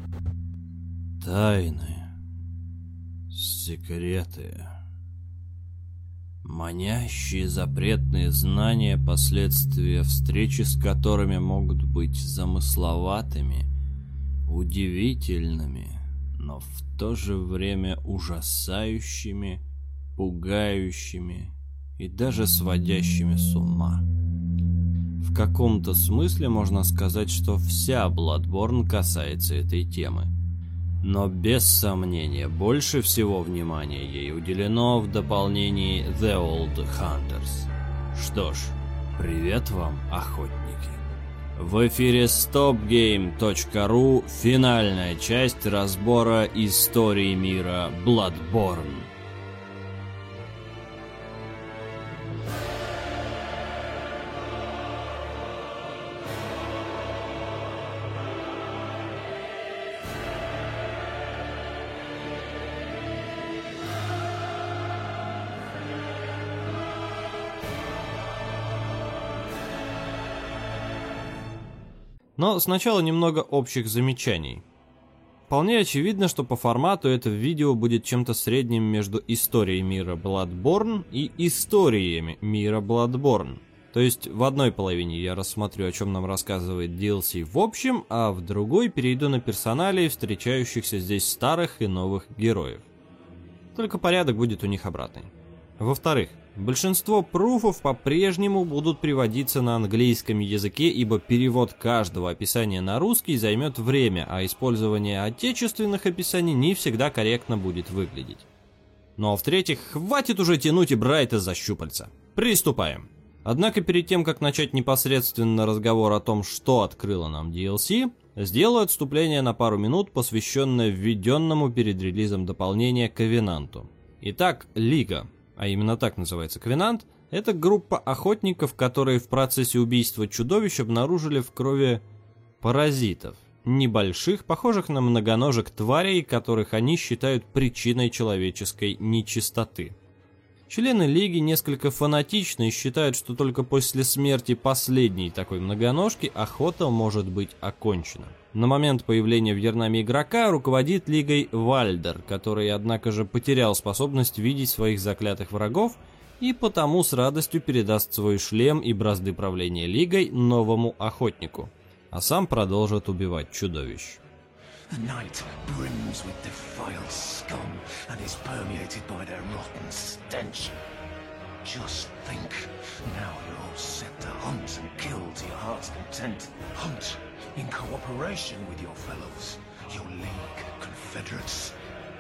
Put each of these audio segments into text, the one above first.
Тайны, секреты, манящие запретные знания, последствия встречи с которыми могут быть замысловатыми, удивительными, но в то же время ужасающими, пугающими и даже сводящими с ума. В каком-то смысле можно сказать, что вся Bloodborne касается этой темы. Но без сомнения, больше всего внимания ей уделено в дополнении The Old Hunters. Что ж, привет вам, охотники. В эфире StopGame.ru финальная часть разбора истории мира Bloodborne. Но сначала немного общих замечаний. Вполне очевидно, что по формату это видео будет чем-то средним между историей мира Bloodborne и историями мира Bloodborne. То есть в одной половине я рассмотрю, о чем нам рассказывает DLC в общем, а в другой перейду на персоналии, встречающихся здесь старых и новых героев. Только порядок будет у них обратный. Во-вторых, большинство пруфов по-прежнему будут приводиться на английском языке, ибо перевод каждого описания на русский займет время, а использование отечественных описаний не всегда корректно будет выглядеть. Ну а в-третьих, хватит уже тянуть и Брайта за щупальца. Приступаем. Однако перед тем, как начать непосредственно разговор о том, что открыло нам DLC, сделаю отступление на пару минут, посвященное введенному перед релизом дополнения Ковенанту. Итак, Лига. А именно так называется Ковенант, это группа охотников, которые в процессе убийства чудовищ обнаружили в крови паразитов, небольших, похожих на многоножек тварей, которых они считают причиной человеческой нечистоты. Члены Лиги несколько фанатичны и считают, что только после смерти последней такой многоножки охота может быть окончена. На момент появления в Ернаме игрока руководит Лигой Вальдер, который, однако же, потерял способность видеть своих заклятых врагов и потому с радостью передаст свой шлем и бразды правления Лигой новому охотнику, а сам продолжит убивать чудовищ. The night brims with defiled scum and is permeated by their rotten stench. Just think, now you're all set to hunt and kill to your heart's content. Hunt in cooperation with your fellows, your League Confederates.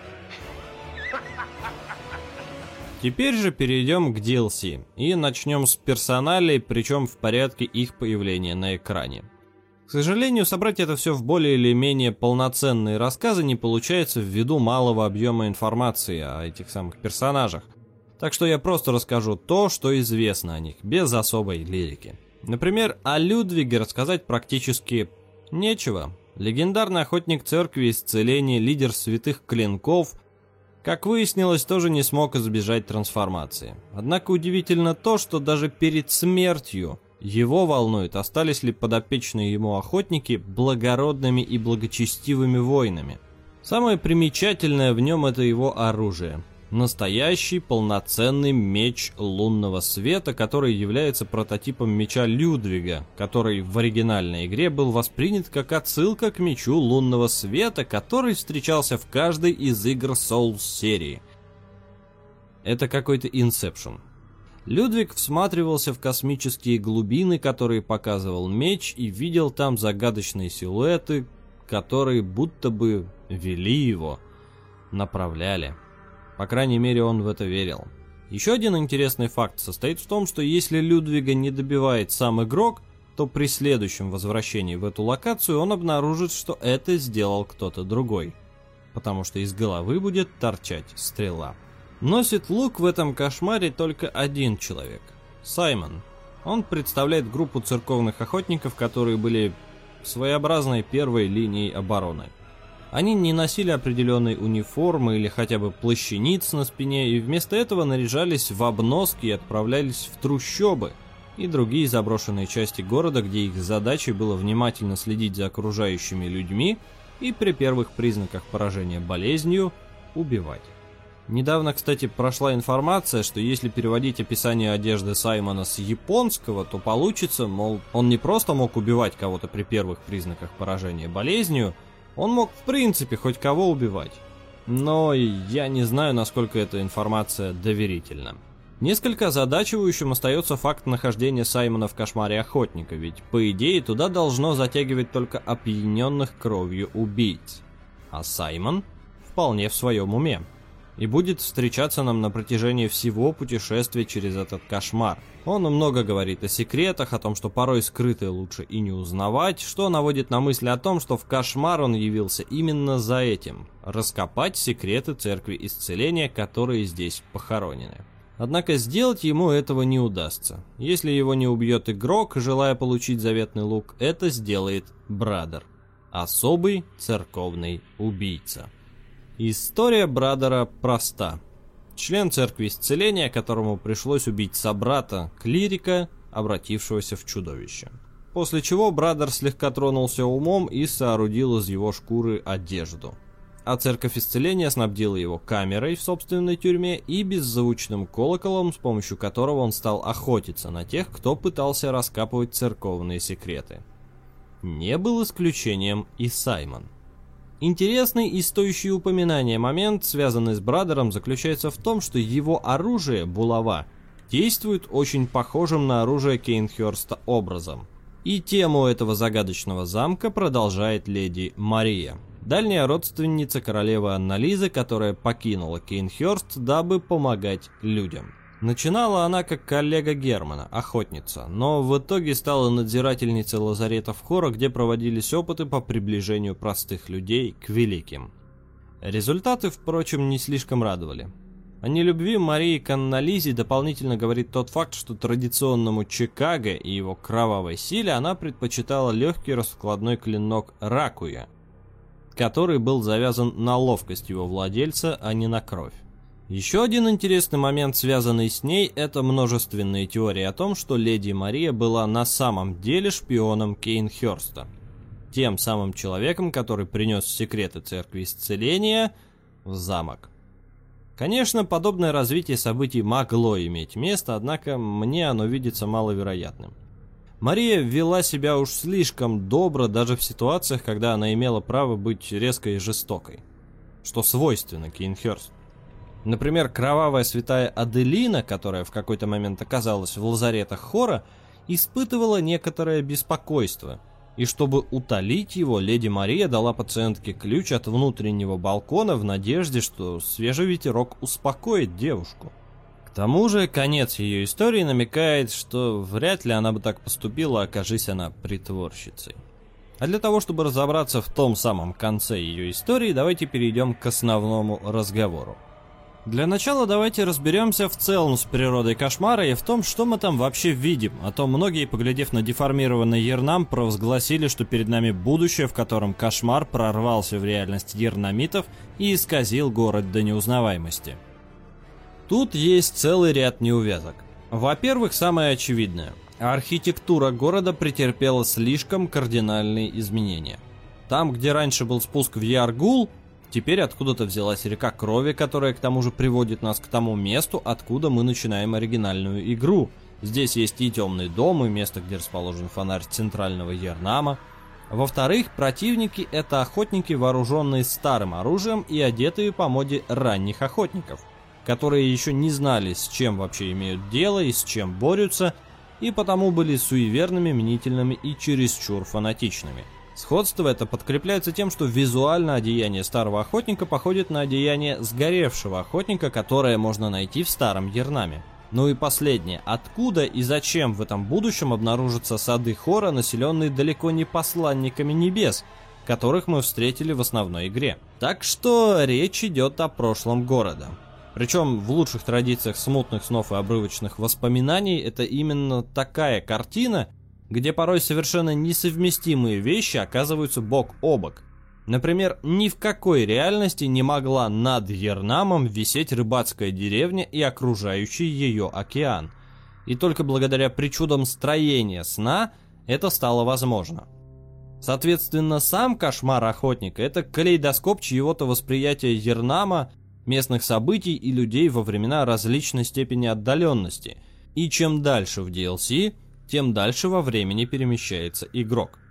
Теперь же перейдем к DLC и начнем с персоналей, причем в порядке их появления на экране. К сожалению, собрать это все в более или менее полноценные рассказы не получается ввиду малого объема информации о этих самых персонажах. Так что я просто расскажу то, что известно о них, без особой лирики. Например, о Людвиге рассказать практически нечего. Легендарный охотник церкви исцеления, лидер святых клинков, как выяснилось, тоже не смог избежать трансформации. Однако удивительно то, что даже перед смертью его волнует, остались ли подопечные ему охотники благородными и благочестивыми воинами. Самое примечательное в нем это его оружие. Настоящий полноценный меч лунного света, который является прототипом меча Людвига, который в оригинальной игре был воспринят как отсылка к мечу лунного света, который встречался в каждой из игр Souls серии. Это какой-то Inception. Людвиг всматривался в космические глубины, которые показывал меч, и видел там загадочные силуэты, которые будто бы вели его, направляли. По крайней мере, он в это верил. Еще один интересный факт состоит в том, что если Людвига не добивает сам игрок, то при следующем возвращении в эту локацию он обнаружит, что это сделал кто-то другой, потому что из головы будет торчать стрела. Носит лук в этом кошмаре только один человек – Саймон. Он представляет группу церковных охотников, которые были своеобразной первой линией обороны. Они не носили определенной униформы или хотя бы плащаниц на спине, и вместо этого наряжались в обноски и отправлялись в трущобы и другие заброшенные части города, где их задачей было внимательно следить за окружающими людьми и при первых признаках поражения болезнью убивать. Недавно, кстати, прошла информация, что если переводить описание одежды Саймона с японского, то получится, мол, он не просто мог убивать кого-то при первых признаках поражения болезнью, он мог в принципе хоть кого убивать. Но я не знаю, насколько эта информация доверительна. Несколько озадачивающим остается факт нахождения Саймона в кошмаре охотника, ведь по идее туда должно затягивать только опьяненных кровью убийц. А Саймон вполне в своем уме. И будет встречаться нам на протяжении всего путешествия через этот кошмар. Он много говорит о секретах, о том, что порой скрытое лучше и не узнавать, что наводит на мысль о том, что в кошмар он явился именно за этим – раскопать секреты церкви исцеления, которые здесь похоронены. Однако сделать ему этого не удастся. Если его не убьет игрок, желая получить заветный лук, это сделает Брадер, особый церковный убийца. История Брадера проста. Член церкви исцеления, которому пришлось убить собрата, клирика, обратившегося в чудовище. После чего Брадер слегка тронулся умом и соорудил из его шкуры одежду. А церковь исцеления снабдила его камерой в собственной тюрьме и беззвучным колоколом, с помощью которого он стал охотиться на тех, кто пытался раскапывать церковные секреты. Не был исключением и Саймон. Интересный и стоящий упоминания момент, связанный с Брадером, заключается в том, что его оружие, булава, действует очень похожим на оружие Кейнхёрста образом. И тему этого загадочного замка продолжает леди Мария, дальняя родственница королевы Анна-Лизы, которая покинула Кейнхёрст, дабы помогать людям. Начинала она как коллега Германа, охотница, но в итоге стала надзирательницей лазаретов Хора, где проводились опыты по приближению простых людей к великим. Результаты, впрочем, не слишком радовали. О нелюбви Марии к Анна-Лизе дополнительно говорит тот факт, что традиционному Чикаго и его кровавой силе она предпочитала легкий раскладной клинок ракуя, который был завязан на ловкость его владельца, а не на кровь. Еще один интересный момент, связанный с ней, это множественные теории о том, что леди Мария была на самом деле шпионом Кейнхёрста. Тем самым человеком, который принес секреты церкви исцеления в замок. Конечно, подобное развитие событий могло иметь место, однако мне оно видится маловероятным. Мария вела себя уж слишком добро даже в ситуациях, когда она имела право быть резкой и жестокой, что свойственно Кейнхёрсту. Например, кровавая святая Аделина, которая в какой-то момент оказалась в лазаретах Хора, испытывала некоторое беспокойство, и чтобы утолить его, леди Мария дала пациентке ключ от внутреннего балкона в надежде, что свежий ветерок успокоит девушку. К тому же, конец ее истории намекает, что вряд ли она бы так поступила, окажись она притворщицей. А для того, чтобы разобраться в том самом конце ее истории, давайте перейдем к основному разговору. Для начала давайте разберемся в целом с природой кошмара и в том, что мы там вообще видим, а то многие, поглядев на деформированный Ернам, провозгласили, что перед нами будущее, в котором кошмар прорвался в реальность ернамитов и исказил город до неузнаваемости. Тут есть целый ряд неувязок. Во-первых, самое очевидное. Архитектура города претерпела слишком кардинальные изменения. Там, где раньше был спуск в Яргул, теперь откуда-то взялась река крови, которая к тому же приводит нас к тому месту, откуда мы начинаем оригинальную игру. Здесь есть и темный дом, и место, где расположен фонарь центрального Ернама. Во-вторых, противники — это охотники, вооруженные старым оружием и одетые по моде ранних охотников, которые еще не знали, с чем вообще имеют дело и с чем борются, и потому были суеверными, мнительными и чересчур фанатичными. Сходство это подкрепляется тем, что визуально одеяние старого охотника походит на одеяние сгоревшего охотника, которое можно найти в старом Ернаме. Ну и последнее. Откуда и зачем в этом будущем обнаружатся сады Хора, населенные далеко не посланниками небес, которых мы встретили в основной игре? Так что речь идет о прошлом города. Причем в лучших традициях смутных снов и обрывочных воспоминаний это именно такая картина, где порой совершенно несовместимые вещи оказываются бок о бок. Например, ни в какой реальности не могла над Ернамом висеть рыбацкая деревня и окружающий ее океан. И только благодаря причудам строения сна это стало возможно. Соответственно, сам кошмар охотника — это калейдоскоп чьего-то восприятия Ернама, местных событий и людей во времена различной степени отдаленности. И чем дальше в DLC, тем дальше во времени перемещается игрок.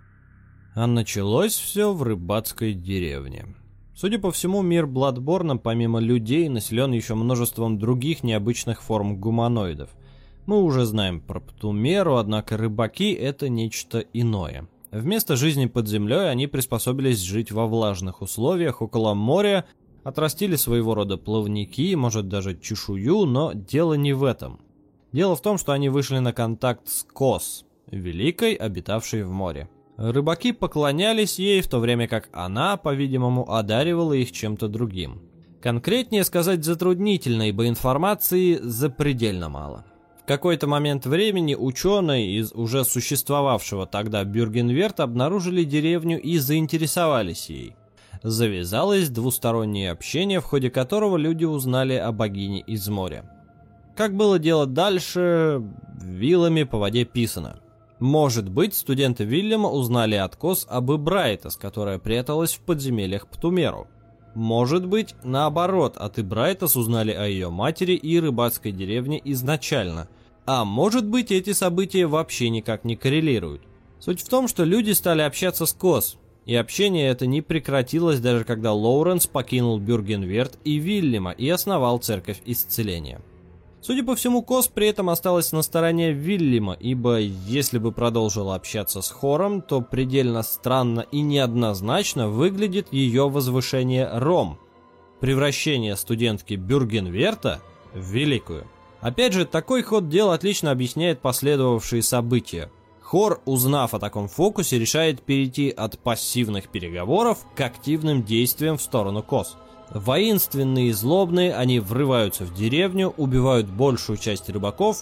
А началось все в рыбацкой деревне. Судя по всему, мир Bloodborne, помимо людей, населен еще множеством других необычных форм гуманоидов. Мы уже знаем про Птумеру, однако рыбаки — это нечто иное. Вместо жизни под землей они приспособились жить во влажных условиях около моря, отрастили своего рода плавники, может даже чешую, но дело не в этом. Дело в том, что они вышли на контакт с Кос, великой, обитавшей в море. Рыбаки поклонялись ей, в то время как она, по-видимому, одаривала их чем-то другим. Конкретнее сказать затруднительно, ибо информации запредельно мало. В какой-то момент времени ученые из уже существовавшего тогда Бюргенверт обнаружили деревню и заинтересовались ей. Завязалось двустороннее общение, в ходе которого люди узнали о богине из моря. Как было дело дальше, вилами по воде писано. Может быть, студенты Вильяма узнали от Кос об Ибрайтес, которая пряталась в подземельях Птумеру. Может быть, наоборот, от Ибрайтес узнали о ее матери и рыбацкой деревне изначально. А может быть, эти события вообще никак не коррелируют. Суть в том, что люди стали общаться с Кос, и общение это не прекратилось даже когда Лоуренс покинул Бюргенверт и Вильяма и основал Церковь Исцеления. Судя по всему, Кос при этом осталась на стороне Вильяма, ибо если бы продолжила общаться с Хором, то предельно странно и неоднозначно выглядит ее возвышение Ром, превращение студентки Бюргенверта в великую. Опять же, такой ход дел отлично объясняет последовавшие события. Хор, узнав о таком фокусе, решает перейти от пассивных переговоров к активным действиям в сторону Кос. Воинственные и злобные, они врываются в деревню, убивают большую часть рыбаков,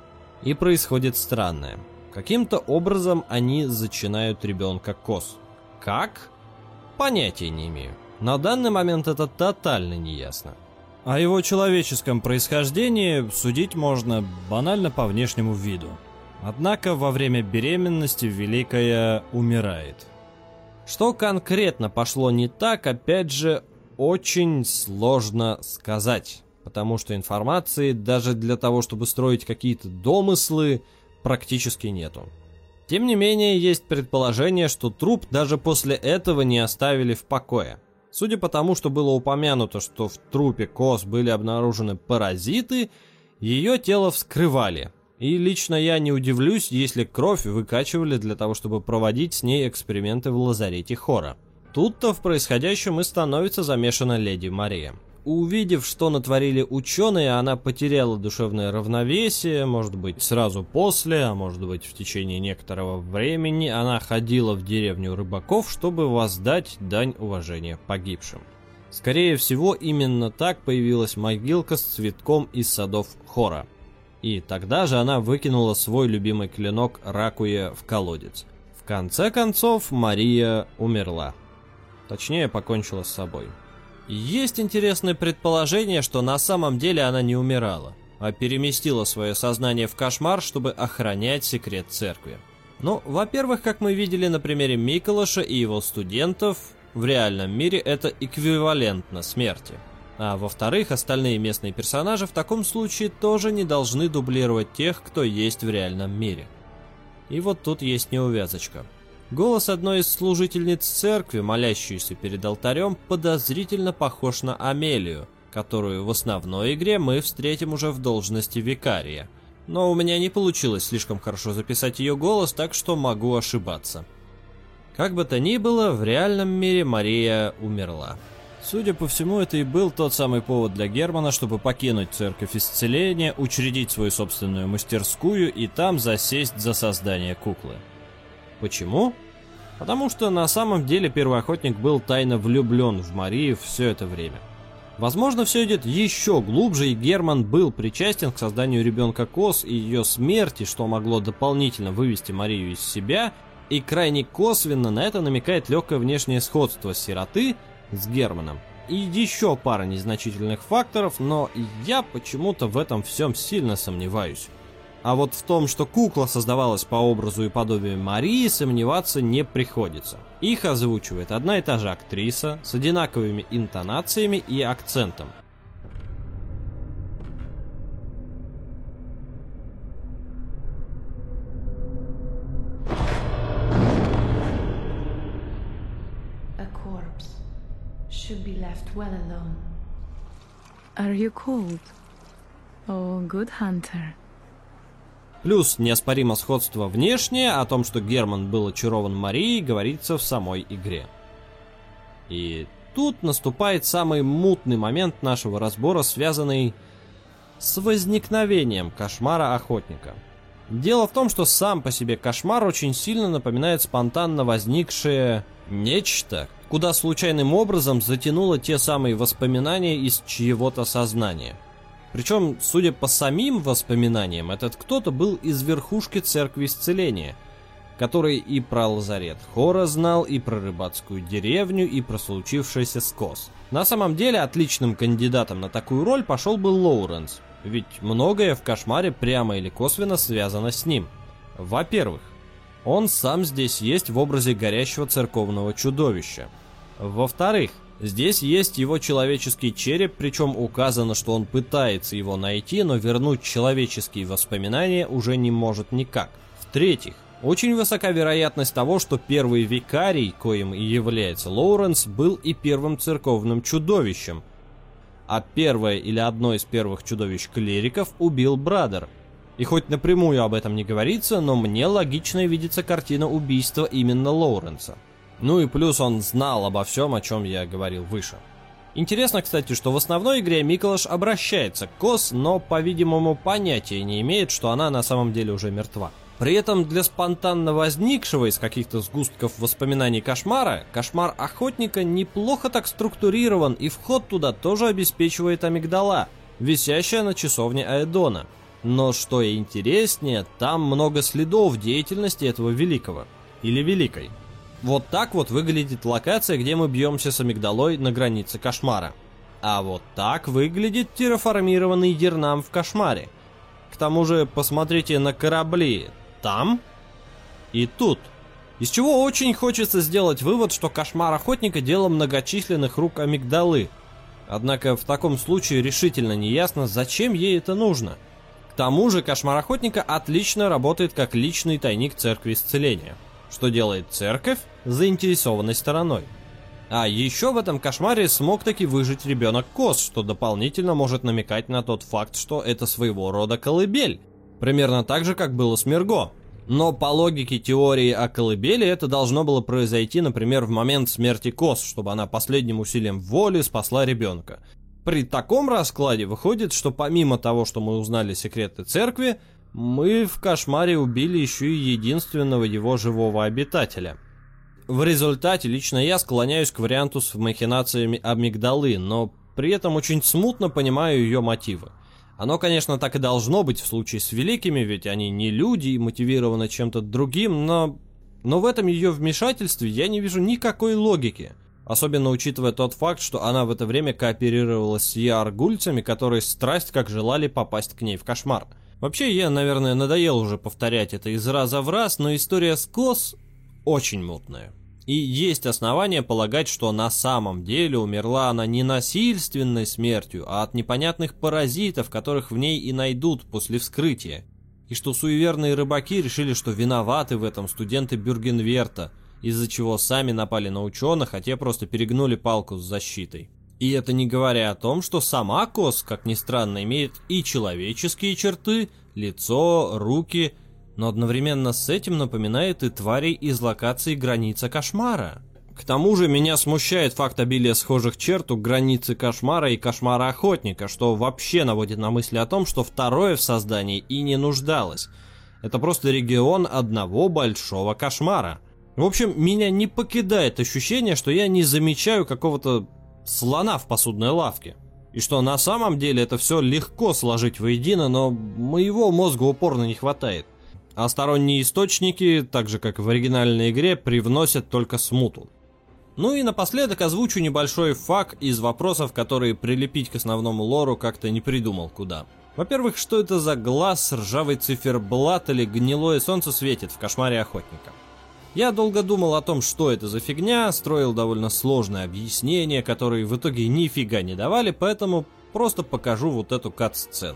и происходит странное. Каким-то образом они зачинают ребенка Кос. Как? Понятия не имею. На данный момент это тотально неясно. О его человеческом происхождении судить можно банально по внешнему виду. Однако во время беременности Великая умирает. Что конкретно пошло не так, опять же, очень сложно сказать, потому что информации даже для того, чтобы строить какие-то домыслы, практически нету. Тем не менее, есть предположение, что труп даже после этого не оставили в покое. Судя по тому, что было упомянуто, что в трупе Кос были обнаружены паразиты, ее тело вскрывали. И лично я не удивлюсь, если кровь выкачивали для того, чтобы проводить с ней эксперименты в лазарете Хора. Тут-то в происходящем и становится замешана леди Мария. Увидев, что натворили ученые, она потеряла душевное равновесие, может быть, сразу после, а может быть, в течение некоторого времени она ходила в деревню рыбаков, чтобы воздать дань уважения погибшим. Скорее всего, именно так появилась могилка с цветком из садов Хора. И тогда же она выкинула свой любимый клинок Ракуя в колодец. В конце концов, Мария умерла. Точнее, покончила с собой. Есть интересное предположение, что на самом деле она не умирала, а переместила свое сознание в кошмар, чтобы охранять секрет церкви. Ну, во-первых, как мы видели на примере Миколаша и его студентов, в реальном мире это эквивалентно смерти. А во-вторых, остальные местные персонажи в таком случае тоже не должны дублировать тех, кто есть в реальном мире. И вот тут есть неувязочка. Голос одной из служительниц церкви, молящейся перед алтарем, подозрительно похож на Амелию, которую в основной игре мы встретим уже в должности викария. Но у меня не получилось слишком хорошо записать ее голос, так что могу ошибаться. Как бы то ни было, в реальном мире Мария умерла. Судя по всему, это и был тот самый повод для Германа, чтобы покинуть Церковь Исцеления, учредить свою собственную мастерскую и там засесть за создание куклы. Почему? Потому что на самом деле первый охотник был тайно влюблен в Марию все это время. Возможно, все идет еще глубже, и Герман был причастен к созданию ребенка Кос и ее смерти, что могло дополнительно вывести Марию из себя, и крайне косвенно на это намекает легкое внешнее сходство сироты с Германом. И еще пара незначительных факторов, но я почему-то в этом всем сильно сомневаюсь. А вот в том, что кукла создавалась по образу и подобию Марии, сомневаться не приходится. Их озвучивает одна и та же актриса с одинаковыми интонациями и акцентом. A corpse should be left well alone. Are you cold? Oh, good hunter. Плюс неоспоримо сходство внешнее, о том, что Герман был очарован Марией, говорится в самой игре. И тут наступает самый мутный момент нашего разбора, связанный с возникновением кошмара охотника. Дело в том, что сам по себе кошмар очень сильно напоминает спонтанно возникшее нечто, куда случайным образом затянуло те самые воспоминания из чьего-то сознания. Причем, судя по самим воспоминаниям, этот кто-то был из верхушки церкви исцеления, который и про лазарет Хора знал, и про рыбацкую деревню, и про случившееся с Кос. На самом деле, отличным кандидатом на такую роль пошел бы Лоуренс, ведь многое в кошмаре прямо или косвенно связано с ним. Во-первых, он сам здесь есть в образе горящего церковного чудовища. Во-вторых, здесь есть его человеческий череп, причем указано, что он пытается его найти, но вернуть человеческие воспоминания уже не может никак. В-третьих, очень высока вероятность того, что первый викарий, коим и является Лоуренс, был и первым церковным чудовищем, а первое или одно из первых чудовищ-клириков убил Брадер. И хоть напрямую об этом не говорится, но мне логично видится картина убийства именно Лоуренса. Ну и плюс он знал обо всем, о чем я говорил выше. Интересно, кстати, что в основной игре Миколаш обращается к Кос, но, по-видимому, понятия не имеет, что она на самом деле уже мертва. При этом для спонтанно возникшего из каких-то сгустков воспоминаний кошмара, кошмар охотника неплохо так структурирован, и вход туда тоже обеспечивает амигдала, висящая на часовне Аэдона. Но что интереснее, там много следов деятельности этого великого. Или великой. Вот так вот выглядит локация, где мы бьемся с амигдалой на границе кошмара. А вот так выглядит терраформированный Дирнам в кошмаре. К тому же, посмотрите на корабли. Там и тут. Из чего очень хочется сделать вывод, что кошмар охотника дело многочисленных рук амигдалы. Однако в таком случае решительно не ясно, зачем ей это нужно. К тому же кошмар охотника отлично работает как личный тайник церкви исцеления, что делает церковь заинтересованной стороной. А еще в этом кошмаре смог таки выжить ребенок Кос, что дополнительно может намекать на тот факт, что это своего рода колыбель. Примерно так же, как было с Мирго. Но по логике теории о колыбели это должно было произойти, например, в момент смерти Кос, чтобы она последним усилием воли спасла ребенка. При таком раскладе выходит, что помимо того, что мы узнали секреты церкви, мы в кошмаре убили еще и единственного его живого обитателя. В результате лично я склоняюсь к варианту с махинациями амигдалы, но при этом очень смутно понимаю ее мотивы. Оно, конечно, так и должно быть в случае с великими, ведь они не люди и мотивированы чем-то другим, но в этом ее вмешательстве я не вижу никакой логики. Особенно учитывая тот факт, что она в это время кооперировала с Яргульцами, которые страсть как желали попасть к ней в кошмар. Вообще, я, наверное, надоел уже повторять это из раза в раз, но история с Кос очень мутная. И есть основания полагать, что на самом деле умерла она не насильственной смертью, а от непонятных паразитов, которых в ней и найдут после вскрытия. И что суеверные рыбаки решили, что виноваты в этом студенты Бюргенверта, из-за чего сами напали на ученых, а те просто перегнули палку с защитой. И это не говоря о том, что сама Кос, как ни странно, имеет и человеческие черты, лицо, руки, но одновременно с этим напоминает и тварей из локации «Граница кошмара». К тому же меня смущает факт обилия схожих черт у «Границы кошмара» и «Кошмара охотника», что вообще наводит на мысли о том, что второе в создании и не нуждалось. Это просто регион одного большого кошмара. В общем, меня не покидает ощущение, что я не замечаю какого-то слона в посудной лавке. И что на самом деле это все легко сложить воедино, но моего мозга упорно не хватает. А сторонние источники, так же как в оригинальной игре, привносят только смуту. Ну и напоследок озвучу небольшой факт из вопросов, которые прилепить к основному лору как-то не придумал куда. Во-первых, что это за глаз, ржавый циферблат или гнилое солнце светит в кошмаре охотника? Я долго думал о том, что это за фигня, строил довольно сложные объяснения, которые в итоге нифига не давали, поэтому просто покажу вот эту кат-сцену.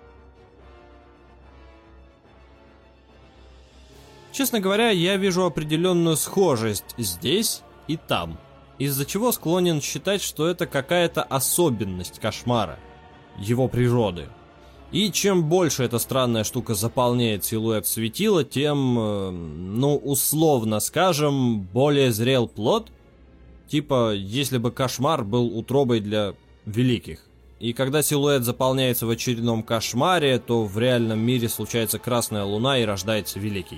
Честно говоря, я вижу определенную схожесть здесь и там, из-за чего склонен считать, что это какая-то особенность кошмара, его природы. И чем больше эта странная штука заполняет силуэт светила, тем, ну, условно скажем, более зрел плод. Типа, если бы кошмар был утробой для великих. И когда силуэт заполняется в очередном кошмаре, то в реальном мире случается красная луна и рождается великий.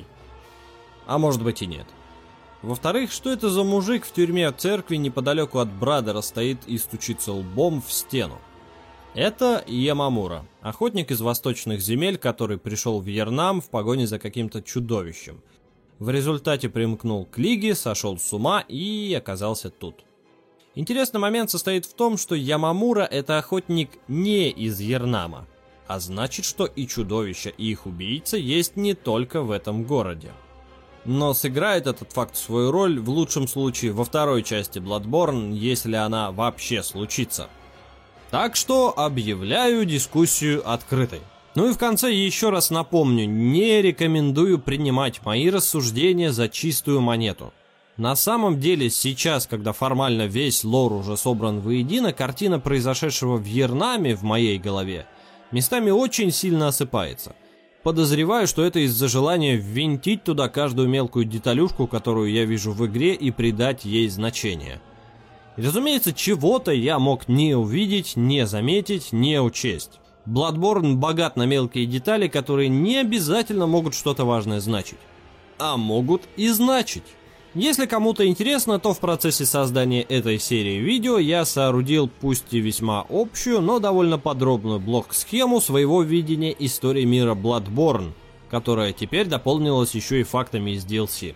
А может быть и нет. Во-вторых, что это за мужик в тюрьме церкви неподалеку от Брадера стоит и стучится лбом в стену? Это Ямамура, охотник из восточных земель, который пришел в Вьетнам в погоне за каким-то чудовищем. В результате примкнул к Лиге, сошел с ума и оказался тут. Интересный момент состоит в том, что Ямамура — это охотник не из Вьетнама, а значит, что и чудовища, и их убийца есть не только в этом городе. Но сыграет этот факт свою роль в лучшем случае во второй части Bloodborne, если она вообще случится. Так что объявляю дискуссию открытой. Ну и в конце еще раз напомню, не рекомендую принимать мои рассуждения за чистую монету. На самом деле сейчас, когда формально весь лор уже собран воедино, картина произошедшего в Вьетнаме в моей голове местами очень сильно осыпается. Подозреваю, что это из-за желания ввинтить туда каждую мелкую деталюшку, которую я вижу в игре, и придать ей значение. И, разумеется, чего-то я мог не увидеть, не заметить, не учесть. Bloodborne богат на мелкие детали, которые не обязательно могут что-то важное значить. А могут и значить. Если кому-то интересно, то в процессе создания этой серии видео я соорудил пусть и весьма общую, но довольно подробную блок-схему своего видения истории мира Bloodborne, которая теперь дополнилась еще и фактами из DLC.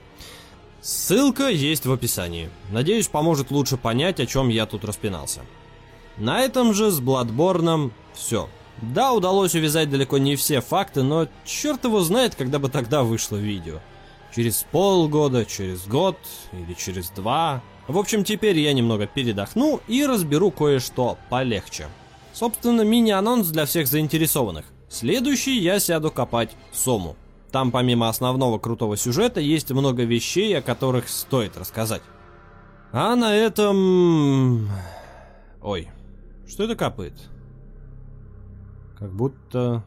Ссылка есть в описании. Надеюсь, поможет лучше понять, о чем я тут распинался. На этом же с Bloodborne все. Да, удалось увязать далеко не все факты, но черт его знает, когда бы тогда вышло видео. Через полгода, через год или через 2. В общем, теперь я немного передохну и разберу кое-что полегче. Собственно, мини-анонс для всех заинтересованных. Следующий я сяду копать Сому. Там помимо основного крутого сюжета есть много вещей, о которых стоит рассказать. А на этом... Ой, что это капает? Как будто...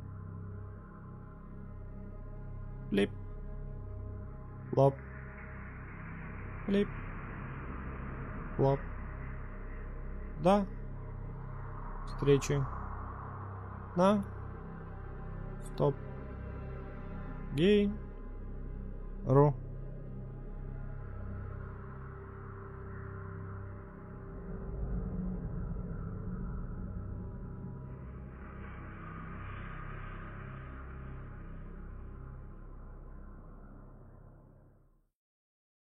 Плип. Плоп. Плип. Плоп. Да. Встречи. На. Стоп. Гей. Ру.